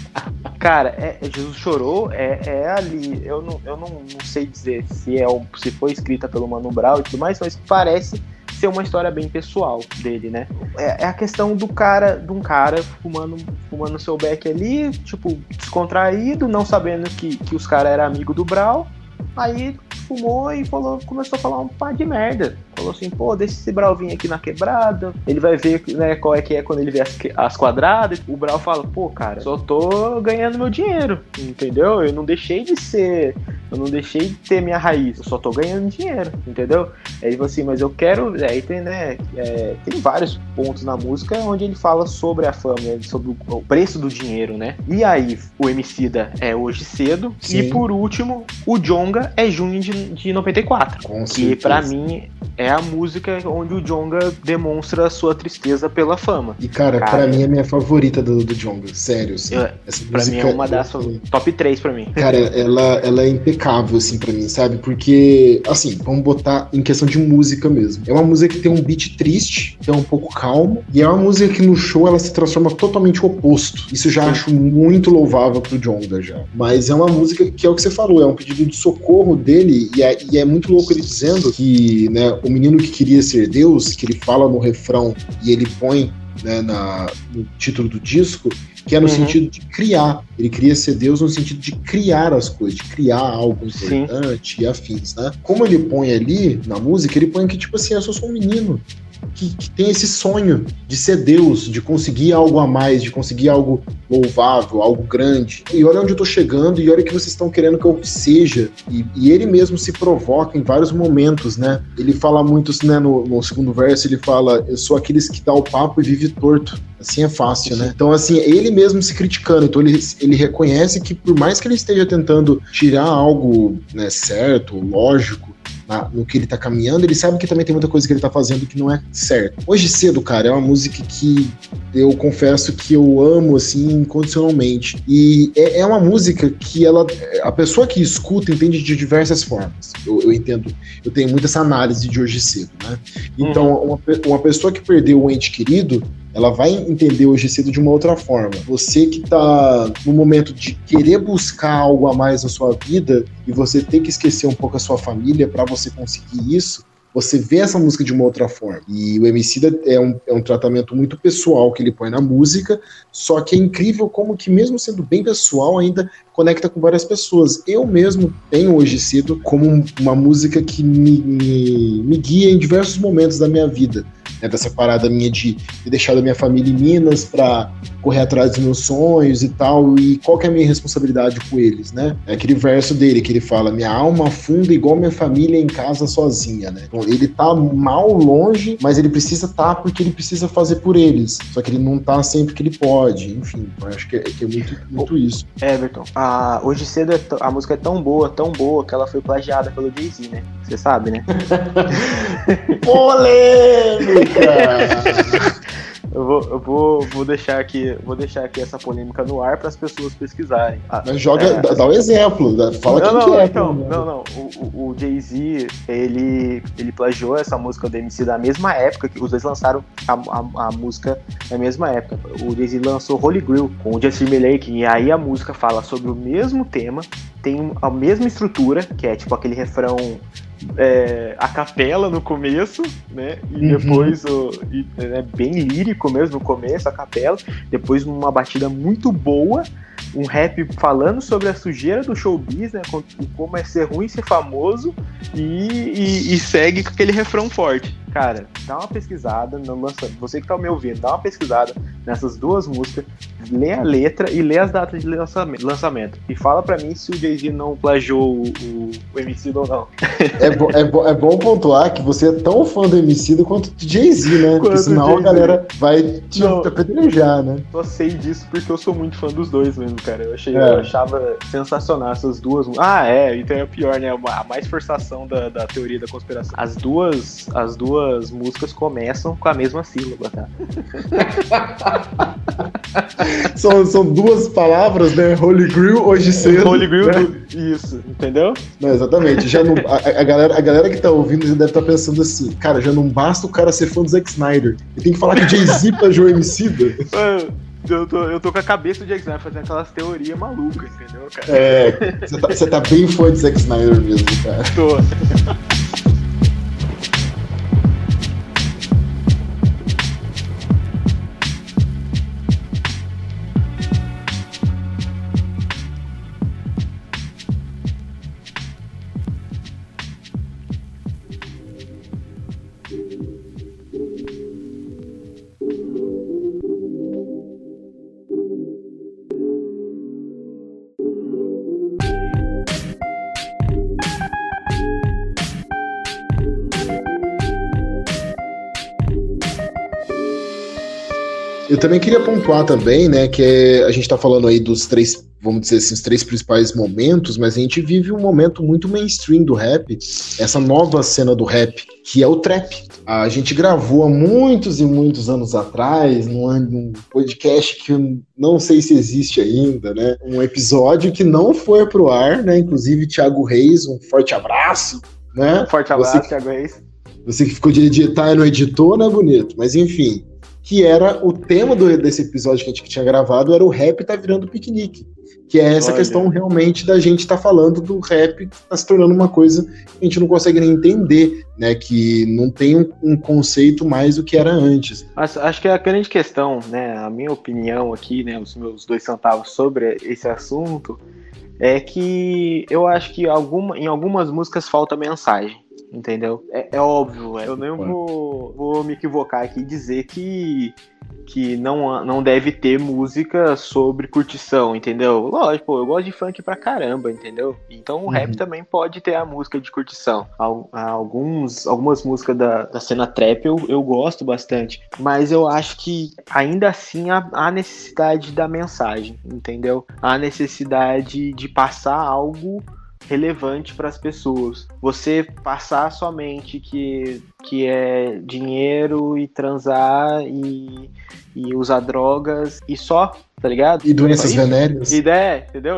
Cara, é, Jesus Chorou é, é ali, eu, não, eu não, não sei dizer se, é, se foi escrita pelo Mano Brown e tudo mais, mas parece ser uma história bem pessoal dele, né? É, é a questão do cara, de um cara fumando, fumando seu beck ali, tipo, descontraído, não sabendo que, que os caras eram amigos do Brown. Aí fumou e falou, começou a falar um par de merda. Falou assim, pô, deixa esse Brau vir aqui na quebrada. Ele vai ver, né, qual é que é quando ele vê as, as quadradas. O Brau fala, pô, cara, só tô ganhando meu dinheiro, entendeu? Eu não deixei de ser, eu não deixei de ter minha raiz, eu só tô ganhando dinheiro, entendeu? Aí ele falou assim, mas eu quero, aí tem, né, é, tem vários pontos na música onde ele fala sobre a fama, né, sobre o, o preço do dinheiro, né? E aí, o Emicida é Hoje Cedo. Sim. E por último, o Djonga é Junho de, de noventa e quatro. Com que certeza. Pra mim é a música onde o Djonga demonstra a sua tristeza pela fama. E cara, cara pra mim é a minha favorita do, do Djonga, sério. Assim. Eu, Essa pra mim é uma das eu, top três pra mim. Cara, ela, ela é impecável, assim, pra mim, sabe? Porque, assim, vamos botar em questão de música mesmo. É uma música que tem um beat triste, que é um pouco calmo, e é uma música que no show ela se transforma totalmente oposto. Isso eu já Sim. acho muito louvável pro Djonga já. Mas é uma música que é o que você falou, é um pedido de socorro dele, e é, e é muito louco ele dizendo que, né, o menino que queria ser Deus, que ele fala no refrão e ele põe, né, na, no título do disco, que é no Uhum. sentido de criar. Ele queria ser Deus no sentido de criar as coisas, de criar algo importante Sim. e afins, né? Como ele põe ali na música, ele põe que, tipo assim, eu só sou um menino que, que tem esse sonho de ser Deus, de conseguir algo a mais, de conseguir algo louvável, algo grande. E olha onde eu tô chegando, e olha o que vocês estão querendo que eu seja. E, e ele mesmo se provoca em vários momentos, né? Ele fala muito, né, no, no segundo verso, ele fala, eu sou aqueles que dá o papo e vive torto. Assim é fácil, né? Então, assim, ele mesmo se criticando. Então, ele, ele reconhece que por mais que ele esteja tentando tirar algo, né, certo, lógico, na, no que ele tá caminhando, ele sabe que também tem muita coisa que ele tá fazendo que não é certo. Hoje Cedo, cara, é uma música que eu confesso que eu amo, assim, incondicionalmente. E é, é uma música que ela... A pessoa que escuta entende de diversas formas. Eu, eu entendo. Eu tenho muito essa análise de Hoje Cedo, né? Então, uhum. uma, uma pessoa que perdeu um ente querido, ela vai entender Hoje Cedo de uma outra forma. Você que tá no momento de querer buscar algo a mais na sua vida e você ter que esquecer um pouco a sua família para você conseguir isso, você vê essa música de uma outra forma. E o Emicida é um, é um tratamento muito pessoal que ele põe na música, só que é incrível como que, mesmo sendo bem pessoal, ainda conecta com várias pessoas. Eu mesmo tenho Hoje Cedo como uma música que me, me, me guia em diversos momentos da minha vida. Né, dessa parada minha de ter deixado a minha família em Minas pra correr atrás dos meus sonhos e tal, e qual que é a minha responsabilidade com eles, né? É aquele verso dele que ele fala, minha alma afunda igual minha família em casa sozinha, né? Então, ele tá mal longe, mas ele precisa estar tá porque ele precisa fazer por eles, só que ele não tá sempre que ele pode, enfim, eu acho que é, que é muito, muito isso. Everton, a Hoje Cedo, é t- a música é tão boa, tão boa, que ela foi plagiada pelo Jay-Z, né? Você sabe, né? Polêmica! Eu vou, eu vou, vou, deixar aqui, vou deixar aqui essa polêmica no ar para as pessoas pesquisarem. Ah, mas joga, é, dá, dá um exemplo, fala não, quem não, que é. Então, né? Não, não, o, o Jay-Z, ele, ele plagiou essa música do M C da mesma época, que os dois lançaram a, a, a música na mesma época. O Jay-Z lançou Holy Grail com o Justin Timberlake, e aí a música fala sobre o mesmo tema, tem a mesma estrutura, que é tipo aquele refrão... É, a capela no começo, né? E uhum. depois o, e, é bem lírico mesmo no começo, a capela, depois uma batida muito boa, um rap falando sobre a sujeira do showbiz, né? Como é ser ruim, ser famoso, e, e, e segue com aquele refrão forte. Cara, dá uma pesquisada, no lança... você que tá me ouvindo, dá uma pesquisada nessas duas músicas, lê a letra e lê as datas de lançamento. E fala pra mim se o Jay-Z não plagiou o, o, o Emicida ou não. É, bo- é, bo- é bom pontuar que você é tão fã do Emicida quanto do Jay-Z, né? Porque senão Jay-Z. A galera vai te apedrejar, né? Eu sei disso porque eu sou muito fã dos dois mesmo, cara. Eu, achei, é. eu achava sensacional essas duas. Ah, é, então é o pior, né? A mais forçação da, da teoria da conspiração. As duas, as duas As músicas começam com a mesma sílaba, tá? são, são duas palavras, né? Holy Grail, Hoje Cedo. Holy Grail, né? do... isso, entendeu? Não, exatamente. Já não, a, a, galera, a galera que tá ouvindo já deve estar tá pensando assim, cara, já não basta o cara ser fã do Zack Snyder. Ele tem que falar que Jay-Z plagiou Emicida. Eu tô, eu tô com a cabeça do Zack Snyder fazendo aquelas teorias malucas, entendeu, cara? É, você tá, tá bem fã de Zack Snyder mesmo, cara. Tô. Eu também queria pontuar também, né, que é, a gente tá falando aí dos três, vamos dizer assim, os três principais momentos, mas a gente vive um momento muito mainstream do rap, essa nova cena do rap, que é o trap. A gente gravou há muitos e muitos anos atrás, num, num podcast que eu não sei se existe ainda, né, um episódio que não foi pro ar, né, inclusive Thiago Reis, um forte abraço, né. Um forte abraço, você, Thiago Reis. Você que ficou de editar e não editou, né, bonito? Mas enfim... que era o tema do, desse episódio que a gente tinha gravado, era o rap tá virando piquenique. Que é essa Olha. questão realmente da gente estar tá falando do rap que está se tornando uma coisa que a gente não consegue nem entender, né? Que não tem um, um conceito mais do que era antes. Acho, acho que a grande questão, né? A minha opinião aqui, né? Os meus dois centavos sobre esse assunto é que eu acho que alguma, em algumas músicas falta mensagem. Entendeu? É, é óbvio, eu nem vou, vou me equivocar aqui e dizer que, que não, não deve ter música sobre curtição, entendeu? Lógico, eu gosto de funk pra caramba, entendeu? Então o uhum. rap também pode ter a música de curtição. Alguns, algumas músicas da, da cena trap eu, eu gosto bastante, mas eu acho que ainda assim há, há necessidade da mensagem, entendeu? Há necessidade de passar algo relevante para as pessoas. Você passar somente que, que é dinheiro e transar e, e usar drogas e só, tá ligado? E doenças venéreas. E é, entendeu?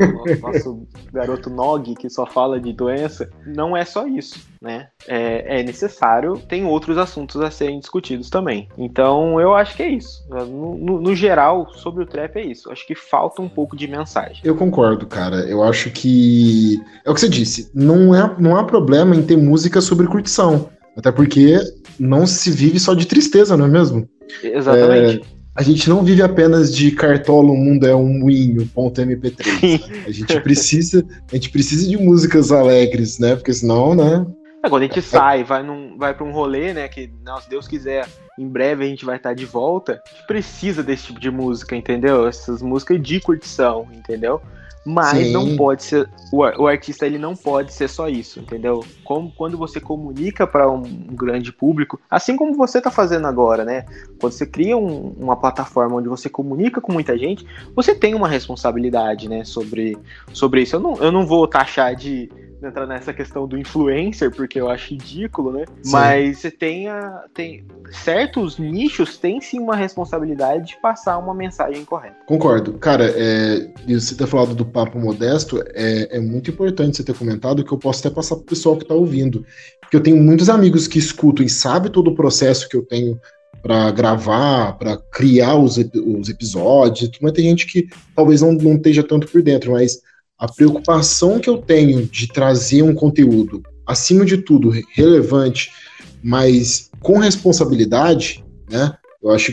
O nosso garoto Nog, que só fala de doença, não é só isso, né? É, é necessário, tem outros assuntos a serem discutidos também. Então, eu acho que é isso. No, no, no geral, sobre o trap é isso. Acho que falta um pouco de mensagem. Eu concordo, cara. Eu acho que... É o que você disse. Não, é, não há problema em ter música sobre curtição. Até porque não se vive só de tristeza, não é mesmo? Exatamente. É... A gente não vive apenas de cartola, o mundo é um moinho, ponto M P três. Né? A gente precisa, a gente precisa de músicas alegres, né? Porque senão, né? É, quando a gente sai, vai, num, vai pra um rolê, né? Que, não, se Deus quiser, em breve a gente vai estar de volta. A gente precisa desse tipo de música, entendeu? Essas músicas de curtição, entendeu? Mas Sim. não pode ser, o, o artista ele não pode ser só isso, entendeu? Como, quando você comunica para um, um grande público, assim como você tá fazendo agora, né? Quando você cria um, uma plataforma onde você comunica com muita gente, você tem uma responsabilidade, né, sobre, sobre isso. Eu não, eu não vou taxar de entrar nessa questão do influencer, porque eu acho ridículo, né? Sim. Mas você tem, a, tem certos nichos têm sim uma responsabilidade de passar uma mensagem correta. Concordo. Cara, é, você ter falado do Papo Modesto, é, é muito importante você ter comentado, que eu posso até passar pro pessoal que tá ouvindo. Porque eu tenho muitos amigos que escutam e sabem todo o processo que eu tenho para gravar, para criar os, os episódios, mas tem gente que talvez não, não esteja tanto por dentro, mas a preocupação que eu tenho de trazer um conteúdo, acima de tudo, relevante, mas com responsabilidade, né? Eu acho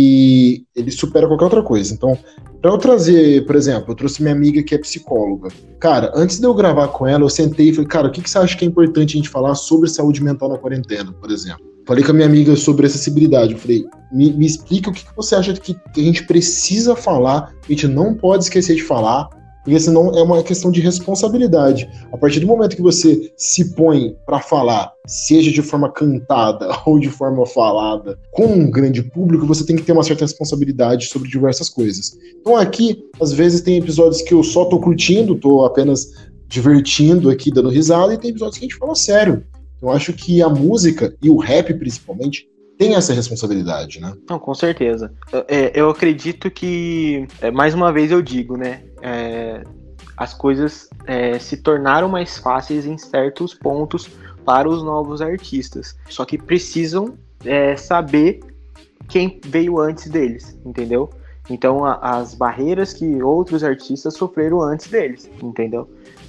que ele supera qualquer outra coisa. Então, para eu trazer, por exemplo, eu trouxe minha amiga que é psicóloga. Cara, antes de eu gravar com ela, eu sentei e falei, cara, o que, que você acha que é importante a gente falar sobre saúde mental na quarentena, por exemplo? Falei com a minha amiga sobre acessibilidade. Eu falei, me, me explica o que, que você acha que, que a gente precisa falar, a gente não pode esquecer de falar, porque senão é uma questão de responsabilidade. A partir do momento que você se põe para falar, seja de forma cantada ou de forma falada, com um grande público, você tem que ter uma certa responsabilidade sobre diversas coisas. Então aqui, às vezes, tem episódios que eu só tô curtindo, tô apenas divertindo aqui, dando risada, e tem episódios que a gente fala sério. Eu acho que a música, e o rap principalmente, tem essa responsabilidade, né? Não, com certeza. Eu, é, eu acredito que, é, mais uma vez eu digo, né? É, as coisas é, se tornaram mais fáceis em certos pontos para os novos artistas. Só que precisam é, saber quem veio antes deles, entendeu? Então, a, as barreiras que outros artistas sofreram antes deles, entendeu?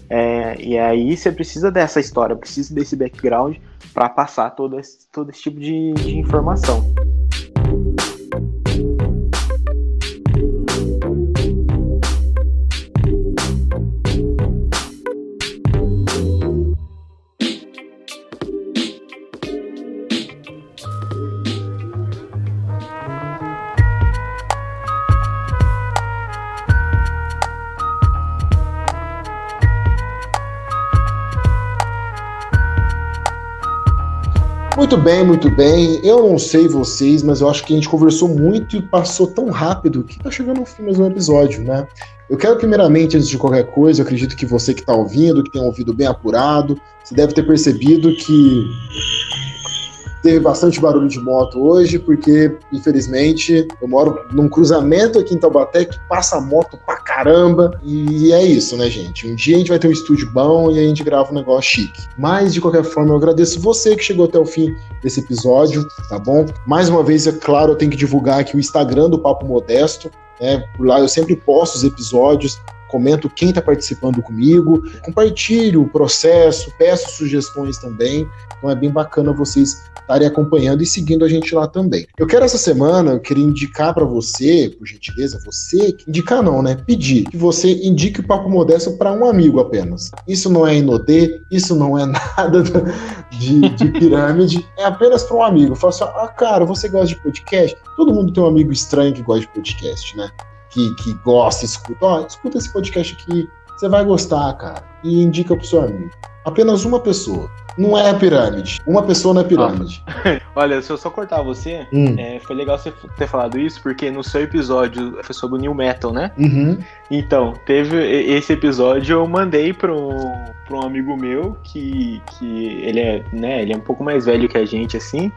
É, e aí você precisa dessa história, precisa desse background para passar todo esse, todo esse tipo de, de informação. Muito bem, muito bem. Eu não sei vocês, mas eu acho que a gente conversou muito e passou tão rápido que tá chegando ao fim mais um episódio, né? Eu quero primeiramente, antes de qualquer coisa, eu acredito que você que tá ouvindo, que tem ouvido bem apurado, você deve ter percebido que Teve bastante barulho de moto hoje, porque, infelizmente, eu moro num cruzamento aqui em Taubaté que passa moto pra caramba. E é isso, né, gente? Um dia a gente vai ter um estúdio bom e a gente grava um negócio chique. Mas, de qualquer forma, eu agradeço você que chegou até o fim desse episódio, tá bom? Mais uma vez, é claro, eu tenho que divulgar aqui o Instagram do Papo Modesto, né? Por lá eu sempre posto os episódios, comento quem está participando comigo, compartilho o processo, peço sugestões também. Então é bem bacana vocês estarem acompanhando e seguindo a gente lá também. Eu quero essa semana, eu queria indicar para você, por gentileza, você, indicar não, né? Pedir que você indique o Papo Modesto para um amigo apenas. Isso não é inodê, isso não é nada de, de pirâmide, é apenas para um amigo. Fala assim, ah, cara, você gosta de podcast? Todo mundo tem um amigo estranho que gosta de podcast, né? Que, que gosta, escuta. Ó, escuta esse podcast aqui, você vai gostar, cara. E indica pro seu amigo. Apenas uma pessoa. Não é pirâmide. Uma pessoa não é pirâmide. Ah, olha, se eu só cortar você, hum. é, foi legal você ter falado isso, porque no seu episódio foi sobre o New Metal, né? Uhum. Então, teve esse episódio, eu mandei para um, pra um amigo meu, que, que ele, é, né, ele é um pouco mais velho que a gente, assim.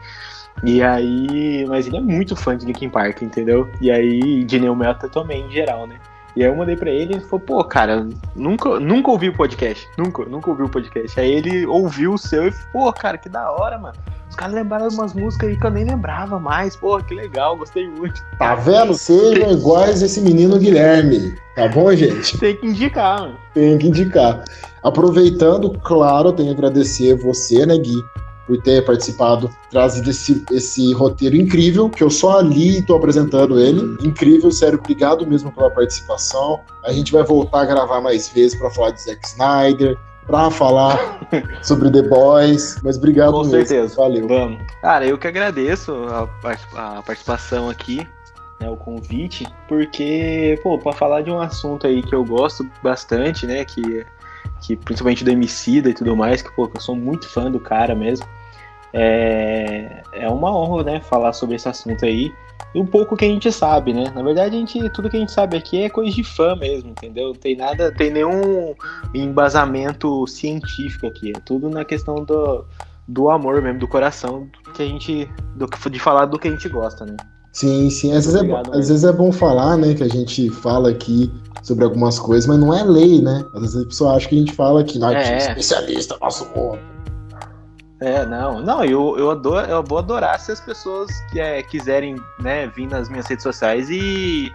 E aí, mas ele é muito fã de Linkin Park, entendeu? E aí, de New Metal também, em geral, né? E aí eu mandei pra ele e ele falou, pô, cara, nunca, nunca ouvi o podcast. Nunca, nunca ouvi o podcast. Aí ele ouviu o seu e falou, pô, cara, que da hora, mano. Os caras lembraram umas músicas aí que eu nem lembrava mais. Pô, que legal, gostei muito. Tá vendo? Sejam iguais esse menino Guilherme. Tá bom, gente? Tem que indicar, mano. Tem que indicar. Aproveitando, claro, eu tenho que agradecer você, né, Gui, por ter participado, trazido esse, esse roteiro incrível, que eu só ali estou apresentando ele. Incrível, sério, obrigado mesmo pela participação. A gente vai voltar a gravar mais vezes para falar de Zack Snyder, para falar sobre The Boys, mas obrigado Com mesmo. certeza. Valeu. Vamos. Cara, eu que agradeço a, a participação aqui, né, o convite, porque, pô, para falar de um assunto aí que eu gosto bastante, né, que, que principalmente do Emicida e tudo mais, que, pô, que eu sou muito fã do cara mesmo. É, é uma honra, né, falar sobre esse assunto aí e um pouco que a gente sabe, né? Na verdade, a gente, tudo que a gente sabe aqui é coisa de fã mesmo, entendeu? Não tem nada, tem nenhum embasamento científico aqui. É tudo na questão do, do amor mesmo, do coração, que a gente, do, de falar do que a gente gosta, né? Sim, sim. Às, vezes é, às vezes é bom falar, né, que a gente fala aqui sobre algumas coisas, mas não é lei, né? Às vezes a pessoa acha que a gente fala que nós é especialista, nosso mundo. É, não, não, eu, eu, adoro, eu vou adorar se as pessoas que, é, quiserem, né, vir nas minhas redes sociais e,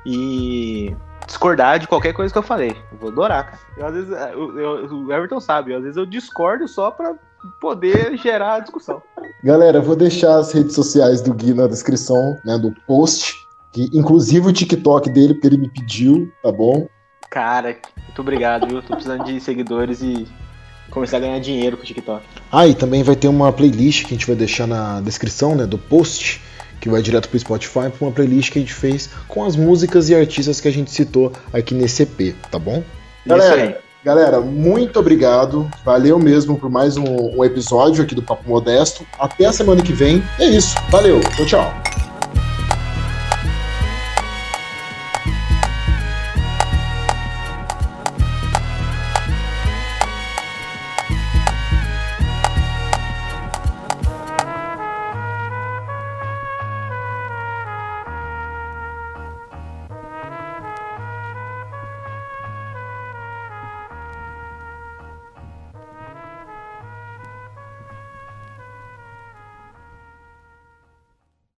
e discordar de qualquer coisa que eu falei. Eu vou adorar, cara. Eu, às vezes, eu, eu, o Everton sabe, às vezes eu discordo só pra poder gerar a discussão. Galera, eu vou deixar as redes sociais do Gui na descrição, né, do post, que, inclusive o TikTok dele, porque ele me pediu, tá bom? Cara, muito obrigado, viu? Tô precisando de seguidores e começar a ganhar dinheiro com o TikTok. Ah, e também vai ter uma playlist que a gente vai deixar na descrição, né, do post, que vai direto pro Spotify, para uma playlist que a gente fez com as músicas e artistas que a gente citou aqui nesse E P, tá bom? Galera, galera, muito obrigado. Valeu mesmo por mais um, um episódio aqui do Papo Modesto. Até a semana que vem. É isso. Valeu. Tchau, tchau.